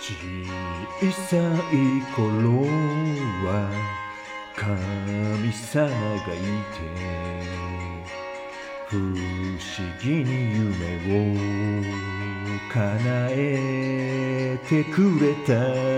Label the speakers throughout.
Speaker 1: 小さい頃は神様がいて不思議に夢を叶えてくれた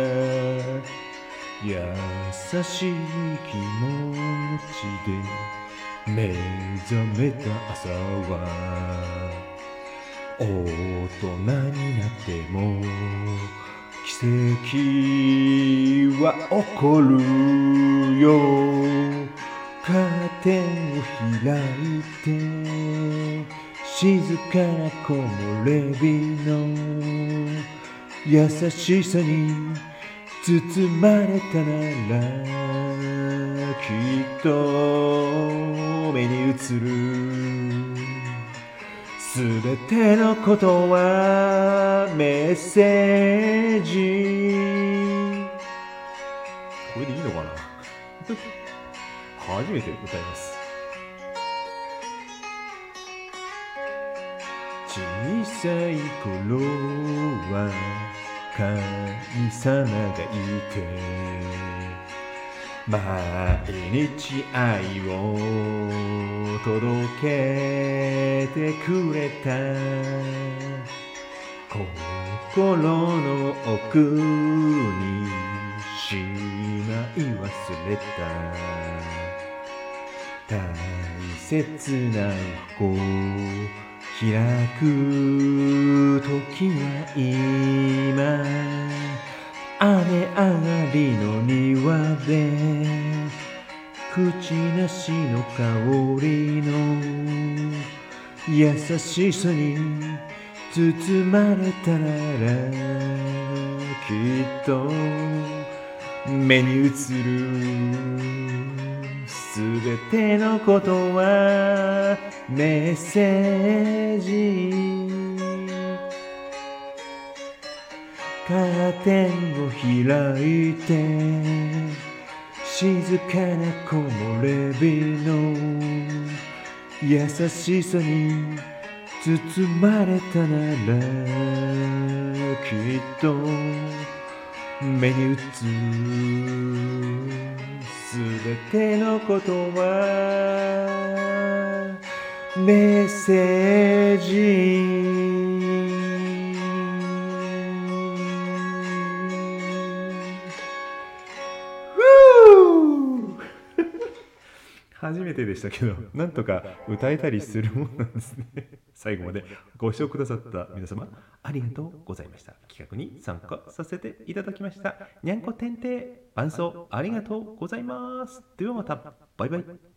Speaker 1: 優しい気持ちで目覚めた朝は大人になっても奇跡は起こるよ。カーテンを開いて静かな木漏れ日の優しさに包まれたならきっと目に映るすべてのことはメッセージ。これでいいのかな初めて歌います。小さい頃は神様がいて毎日愛を届けてくれた心の奥にしまい忘れた大切な箱開く時は今雨上がりの庭で口なしの香りの優しさに包まれたならきっと目に映るすべてのことはメッセージ。カーテンを開いて静かな木漏れ日の優しさに包まれたならきっと目に映るすべてのことはメッセージ。初めてでしたけど、なんとか歌えたりするもんなんですね。最後までご視聴くださった皆様、ありがとうございました。企画に参加させていただきました。にゃんこてんてい、伴奏ありがとうございます。ではまた、バイバイ。